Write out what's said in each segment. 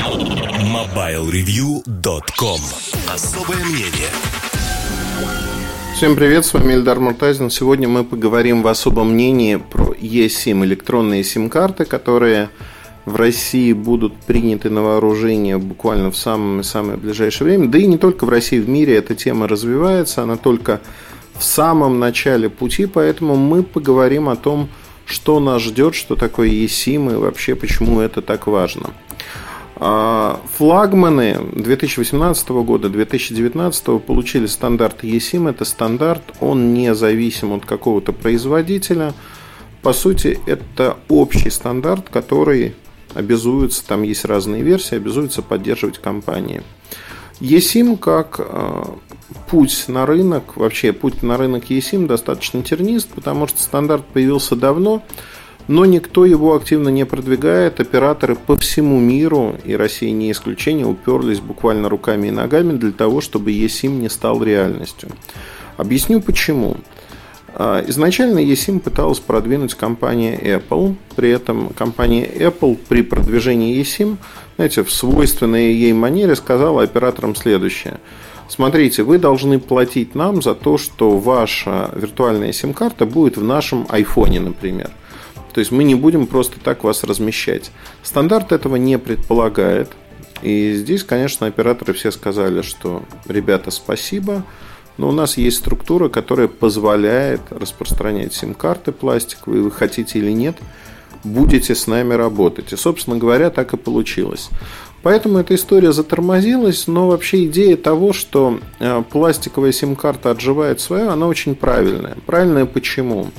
MobileReview.com. Особое мнение. Всем привет, с вами Эльдар Муртазин. Сегодня мы поговорим в особом мнении про eSIM, электронные сим-карты, которые в России будут приняты на вооружение буквально в самое ближайшее время. Да и не только в России, в мире эта тема развивается, она только в самом начале пути, поэтому мы поговорим о том, что нас ждет, что такое eSIM и вообще почему это так важно. Флагманы 2018 года, 2019 получили стандарт eSIM. Это стандарт, он не зависим от какого-то производителя. По сути, это общий стандарт, который обязуется, там есть разные версии, обязуется поддерживать компании. eSIM как путь на рынок, вообще путь на рынок eSIM достаточно тернист, потому что стандарт появился давно, но никто его активно не продвигает. Операторы по всему миру, и Россия не исключение, уперлись буквально руками и ногами для того, чтобы eSIM не стал реальностью. Объясню почему. Изначально eSIM пыталась продвинуть компания Apple. При этом компания Apple при продвижении eSIM, знаете, в свойственной ей манере сказала операторам следующее. Смотрите, вы должны платить нам за то, что ваша виртуальная сим-карта будет в нашем айфоне, например. То есть мы не будем просто так вас размещать. Стандарт этого не предполагает. И здесь, конечно, операторы все сказали, что ребята, спасибо, но у нас есть структура, которая позволяет распространять сим-карты пластиковые, вы хотите или нет, будете с нами работать. И, собственно говоря, так и получилось. Поэтому эта история затормозилась, но вообще идея того, что пластиковая сим-карта отживает свое, она очень правильная. Правильная почему?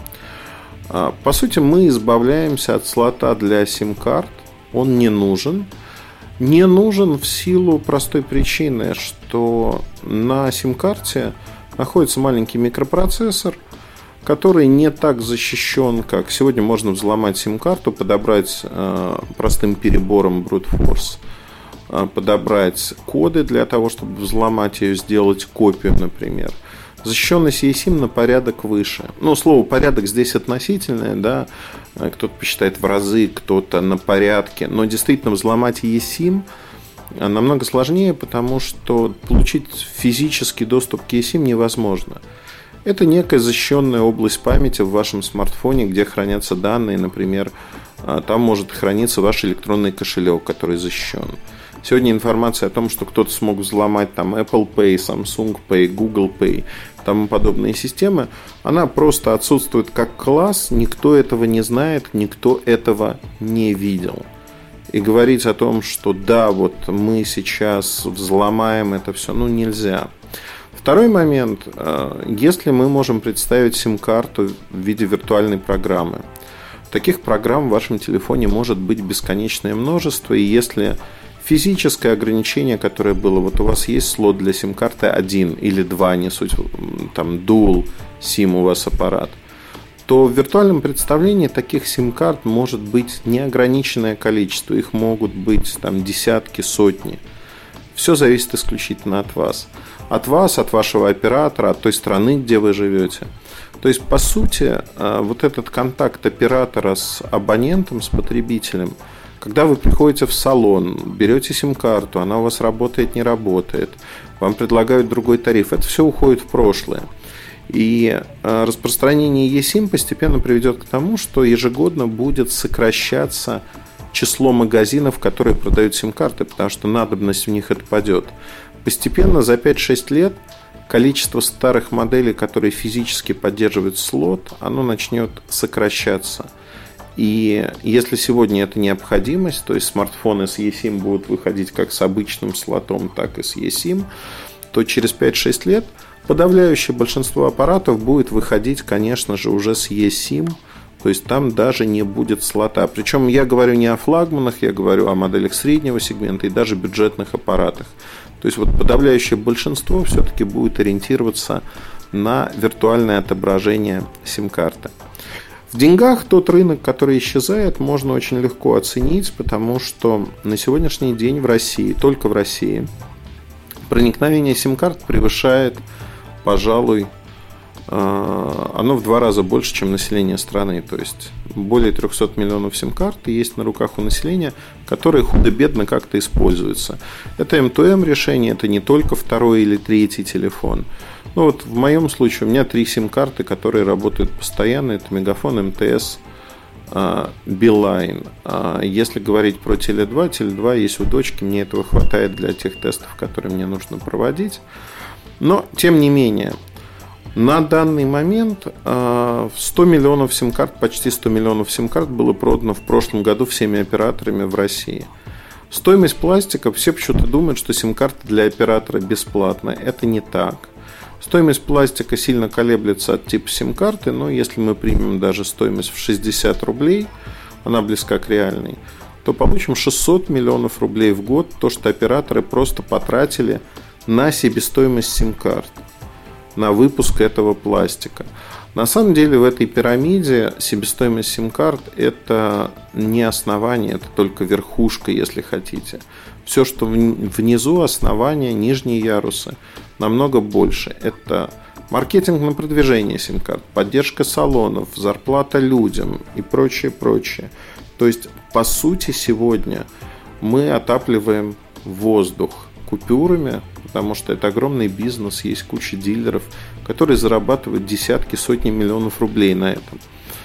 По сути, мы избавляемся от слота для сим-карт. Он не нужен. Не нужен в силу простой причины, что на сим-карте находится маленький микропроцессор, который не так защищен, как сегодня можно взломать сим-карту, подобрать простым перебором brute force, подобрать коды для того, чтобы взломать ее, сделать копию, например. Защищенность eSIM на порядок выше. Ну, слово порядок здесь относительное, да. Кто-то посчитает в разы, кто-то на порядке. Но действительно взломать eSIM намного сложнее, потому что получить физический доступ к eSIM невозможно. Это некая защищенная область памяти в вашем смартфоне, где хранятся данные, например, там может храниться ваш электронный кошелек, который защищен. Сегодня информация о том, что кто-то смог взломать там Apple Pay, Samsung Pay, Google Pay и тому подобные системы, она просто отсутствует как класс, никто этого не знает, никто этого не видел. И говорить о том, что да, вот мы сейчас взломаем это все, нельзя. Второй момент, если мы можем представить сим-карту в виде виртуальной программы, таких программ в вашем телефоне может быть бесконечное множество, и если физическое ограничение, которое было, вот у вас есть слот для сим-карты 1 или 2, не суть, там dual SIM у вас аппарат, то в виртуальном представлении таких сим-карт может быть неограниченное количество, их могут быть там десятки, сотни. Все зависит исключительно от вас. От вас, от вашего оператора, от той страны, где вы живете. То есть, по сути, вот этот контакт оператора с абонентом, с потребителем, когда вы приходите в салон, берете сим-карту, она у вас работает, не работает, вам предлагают другой тариф, это все уходит в прошлое. И распространение eSIM постепенно приведет к тому, что ежегодно будет сокращаться число магазинов, которые продают сим-карты, потому что надобность в них отпадет. Постепенно за 5-6 лет количество старых моделей, которые физически поддерживают слот, оно начнет сокращаться. И если сегодня это необходимость, то есть смартфоны с eSIM будут выходить как с обычным слотом, так и с eSIM, то через 5-6 лет подавляющее большинство аппаратов будет выходить, конечно же, уже с eSIM, то есть там даже не будет слота. Причем я говорю не о флагманах, я говорю о моделях среднего сегмента и даже бюджетных аппаратах. То есть вот подавляющее большинство все-таки будет ориентироваться на виртуальное отображение сим-карты. В деньгах тот рынок, который исчезает, можно очень легко оценить, потому что на сегодняшний день в России, только в России, проникновение сим-карт превышает, пожалуй, оно в 2 раза больше, чем население страны. То есть более 300 миллионов сим-карт есть на руках у населения, которые худо-бедно как-то используются. Это МТМ решение, это не только 2-й или 3-й телефон. Ну вот в моем случае у меня 3 сим-карты, которые работают постоянно. Это Мегафон, МТС, Билайн. Если говорить про Теле2 есть у дочки, мне этого хватает для тех тестов, которые мне нужно проводить. Но, тем не менее, на данный момент 100 миллионов сим-карт, почти 100 миллионов сим-карт было продано в прошлом году всеми операторами в России. Стоимость пластика, все почему-то думают, что сим-карта для оператора бесплатная. Это не так. Стоимость пластика сильно колеблется от типа сим-карты, но если мы примем даже стоимость в 60 рублей, она близка к реальной, то получим 600 миллионов рублей в год, то, что операторы просто потратили на себестоимость сим-карт, на выпуск этого пластика. На самом деле в этой пирамиде себестоимость сим-карт – это не основание, это только верхушка, если хотите. Все, что внизу, основание, нижние ярусы, намного больше. Это маркетинг на продвижение сим-карт, поддержка салонов, зарплата людям и прочее, прочее. То есть, по сути, сегодня мы отапливаем воздух купюрами, потому что это огромный бизнес, есть куча дилеров, которые зарабатывают десятки, сотни миллионов рублей на этом.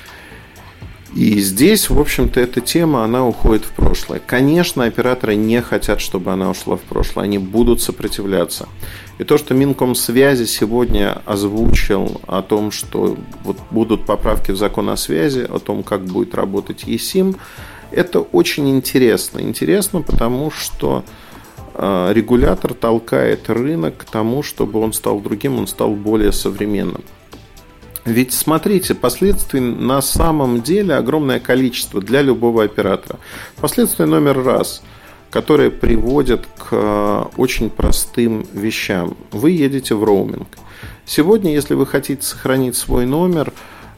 И здесь, в общем-то, эта тема, она уходит в прошлое. Конечно, операторы не хотят, чтобы она ушла в прошлое. Они будут сопротивляться. И то, что Минкомсвязи сегодня озвучил о том, что вот будут поправки в закон о связи, о том, как будет работать eSIM, это очень интересно. Интересно, потому что регулятор толкает рынок к тому, чтобы он стал другим, он стал более современным. Ведь, смотрите, последствий на самом деле огромное количество для любого оператора. Последствия номер раз, которые приводят к очень простым вещам. Вы едете в роуминг. Сегодня, если вы хотите сохранить свой номер,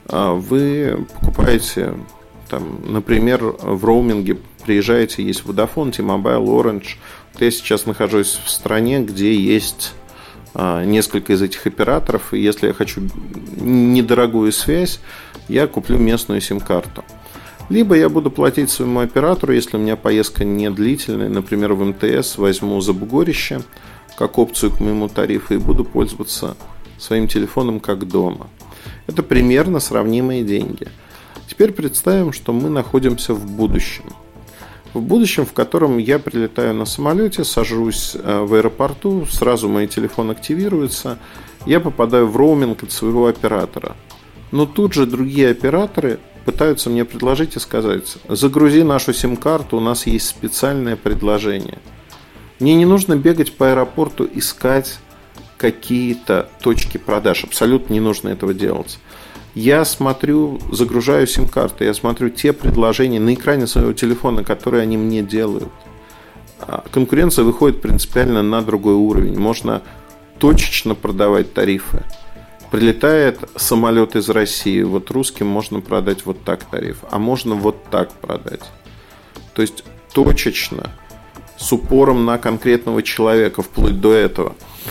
вы покупаете, там, например, в роуминге приезжаете, есть Vodafone, T-Mobile, Orange. Вот я сейчас нахожусь в стране, где есть несколько из этих операторов, и если я хочу недорогую связь, я куплю местную сим-карту. Либо я буду платить своему оператору, если у меня поездка не длительная, например, в МТС возьму Забугорище как опцию к моему тарифу и буду пользоваться своим телефоном как дома. Это примерно сравнимые деньги. Теперь представим, что мы находимся в будущем. В будущем, в котором я прилетаю на самолете, сажусь в аэропорту, сразу мой телефон активируется, я попадаю в роуминг от своего оператора. Но тут же другие операторы пытаются мне предложить и сказать: загрузи нашу сим-карту, у нас есть специальное предложение. Мне не нужно бегать по аэропорту, искать какие-то точки продаж. Абсолютно не нужно этого делать. Я смотрю, загружаю сим-карты, я смотрю те предложения на экране своего телефона, которые они мне делают. Конкуренция выходит принципиально на другой уровень. Можно точечно продавать тарифы. Прилетает самолет из России, вот русским можно продать вот так тариф, а можно вот так продать. То есть точечно, с упором на конкретного человека, вплоть до этого.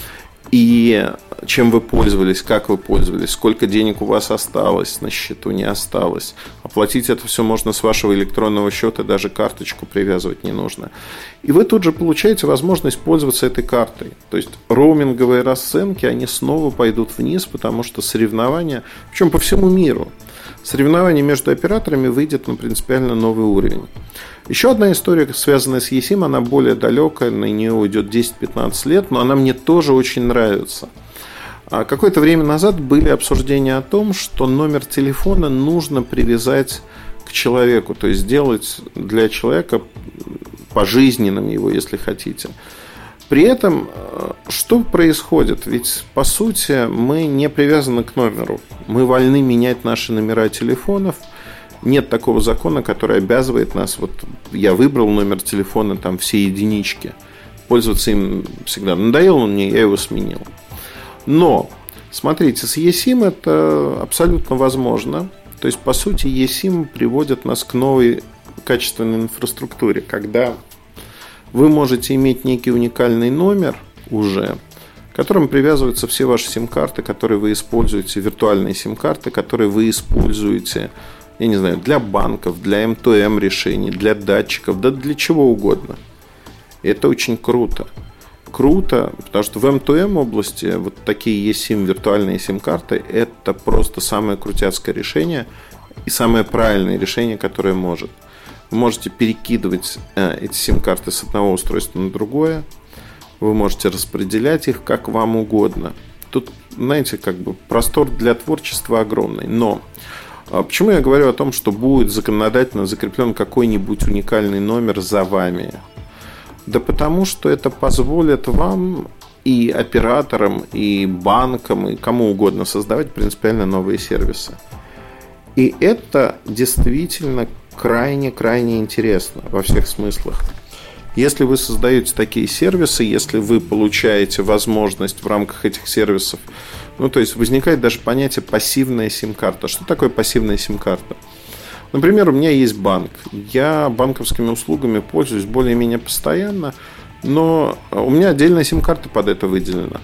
И чем вы пользовались, как вы пользовались, сколько денег у вас осталось на счету, не осталось. Оплатить это все можно с вашего электронного счета, даже карточку привязывать не нужно. И вы тут же получаете возможность пользоваться этой картой. То есть роуминговые расценки, они снова пойдут вниз, потому что соревнования, причем по всему миру, соревнование между операторами выйдет на принципиально новый уровень. Еще одна история, связанная с eSIM, она более далекая, на нее уйдет 10-15 лет, но она мне тоже очень нравится. Какое-то время назад были обсуждения о том, что номер телефона нужно привязать к человеку, то есть сделать для человека пожизненным его, если хотите. При этом, что происходит? Ведь, по сути, мы не привязаны к номеру. Мы вольны менять наши номера телефонов. Нет такого закона, который обязывает нас, вот я выбрал номер телефона, там все единички, пользоваться им всегда. Надоел он мне, я его сменил. Но, смотрите, с eSIM это абсолютно возможно. То есть, по сути, eSIM приводит нас к новой качественной инфраструктуре, когда вы можете иметь некий уникальный номер уже, к которым привязываются все ваши сим-карты, которые вы используете, виртуальные сим-карты, которые вы используете, я не знаю, для банков, для M2M решений, для датчиков, да для чего угодно. И это очень круто. Круто, потому что в M2M области вот такие eSIM, виртуальные сим-карты, это просто самое крутяцкое решение и самое правильное решение, которое может. Вы можете перекидывать эти сим-карты с одного устройства на другое. Вы можете распределять их как вам угодно. Тут, знаете, как бы простор для творчества огромный. Но почему я говорю о том, что будет законодательно закреплен какой-нибудь уникальный номер за вами? Да потому что это позволит вам и операторам, и банкам, и кому угодно создавать принципиально новые сервисы. И это действительно крайне-крайне интересно во всех смыслах. Если вы создаете такие сервисы, если вы получаете возможность в рамках этих сервисов, то есть возникает даже понятие пассивная сим-карта. Что такое пассивная сим-карта? Например, у меня есть банк. Я банковскими услугами пользуюсь более-менее постоянно, но у меня отдельная сим-карта под это выделена.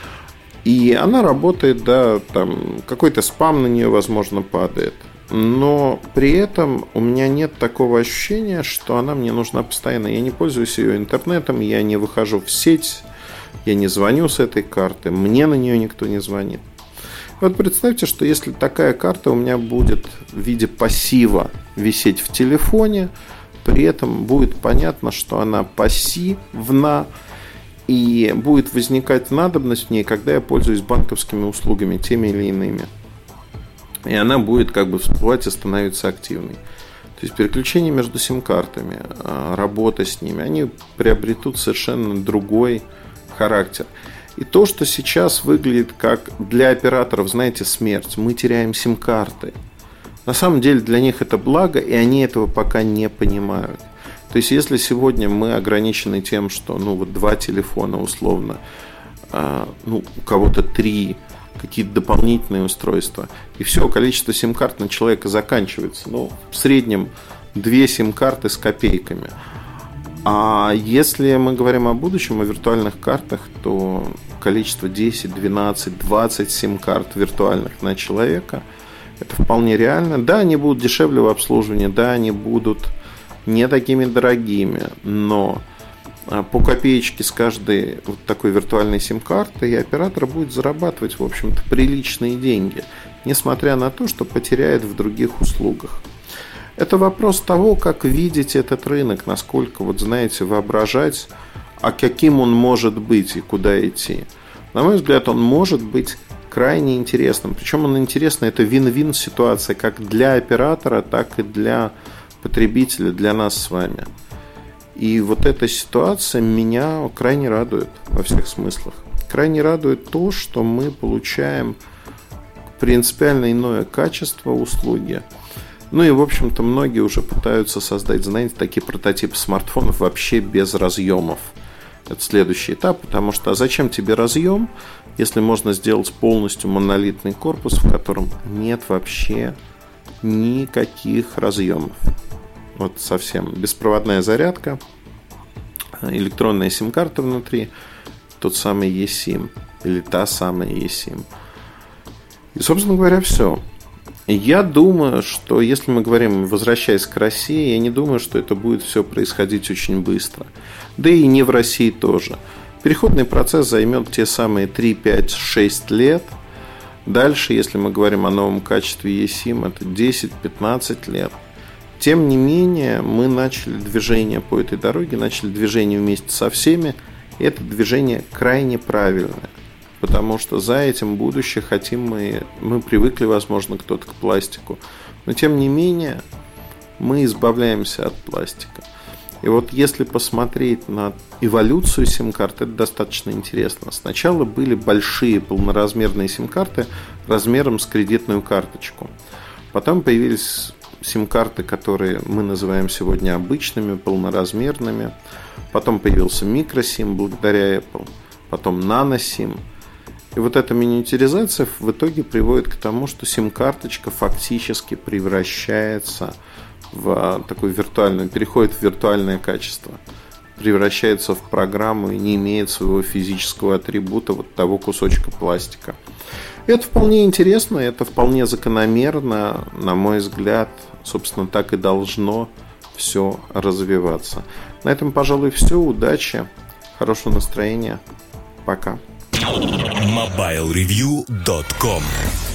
И она работает, да, там какой-то спам на нее, возможно, падает. Но при этом у меня нет такого ощущения, что она мне нужна постоянно. Я не пользуюсь ее интернетом, я не выхожу в сеть, я не звоню с этой карты, мне на нее никто не звонит. Вот представьте, что если такая карта у меня будет в виде пассива висеть в телефоне, при этом будет понятно, что она пассивна, и будет возникать надобность в ней, когда я пользуюсь банковскими услугами, теми или иными. И она будет как бы всплывать и становиться активной. То есть переключение между сим-картами, работа с ними, они приобретут совершенно другой характер. И то, что сейчас выглядит как для операторов, знаете, смерть. Мы теряем сим-карты. На самом деле для них это благо, и они этого пока не понимают. То есть если сегодня мы ограничены тем, что вот 2 телефона условно, у кого-то 3, какие-то дополнительные устройства, и все, количество сим-карт на человека заканчивается. В среднем 2 сим-карты с копейками. А если мы говорим о будущем, о виртуальных картах, то количество 10, 12, 20 сим-карт виртуальных на человека — это вполне реально. Да, они будут дешевле в обслуживании, да, они будут не такими дорогими, но по копеечке с каждой вот такой виртуальной сим-карты и оператор будет зарабатывать, в общем-то, приличные деньги, несмотря на то, что потеряет в других услугах. Это вопрос того, как видеть этот рынок, насколько, воображать, а каким он может быть и куда идти. На мой взгляд, он может быть крайне интересным. Причем он интересный, это вин-вин ситуация как для оператора, так и для потребителя, для нас с вами. И вот эта ситуация меня крайне радует во всех смыслах. Крайне радует то, что мы получаем принципиально иное качество услуги. И, в общем-то, многие уже пытаются создать, знаете, такие прототипы смартфонов вообще без разъемов. Это следующий этап, потому что зачем тебе разъем, если можно сделать полностью монолитный корпус, в котором нет вообще никаких разъемов. Вот совсем беспроводная зарядка, электронная сим-карта внутри, тот самый eSIM или та самая eSIM. И, собственно говоря, все. Я думаю, что если мы говорим, возвращаясь к России, я не думаю, что это будет все происходить очень быстро. Да и не в России тоже. Переходный процесс займет те самые 3, 5, 6 лет. Дальше, если мы говорим о новом качестве eSIM, это 10-15 лет. Тем не менее, мы начали движение по этой дороге, начали движение вместе со всеми. И это движение крайне правильное. Потому что за этим будущее хотим мы привыкли, возможно, кто-то к пластику. Но тем не менее, мы избавляемся от пластика. И вот если посмотреть на эволюцию сим-карт, это достаточно интересно. Сначала были большие полноразмерные сим-карты размером с кредитную карточку. Потом появились сим-карты, которые мы называем сегодня обычными, полноразмерными. Потом появился микросим благодаря Apple. Потом наносим. И вот эта миниатюризация в итоге приводит к тому, что сим-карточка фактически превращается в такую виртуальную, переходит в виртуальное качество. превращается в программу и не имеет своего физического атрибута, вот того кусочка пластика. Это вполне интересно, это вполне закономерно, на мой взгляд, собственно, так и должно все развиваться. На этом, пожалуй, все. Удачи, хорошего настроения. Пока. MobileReview.com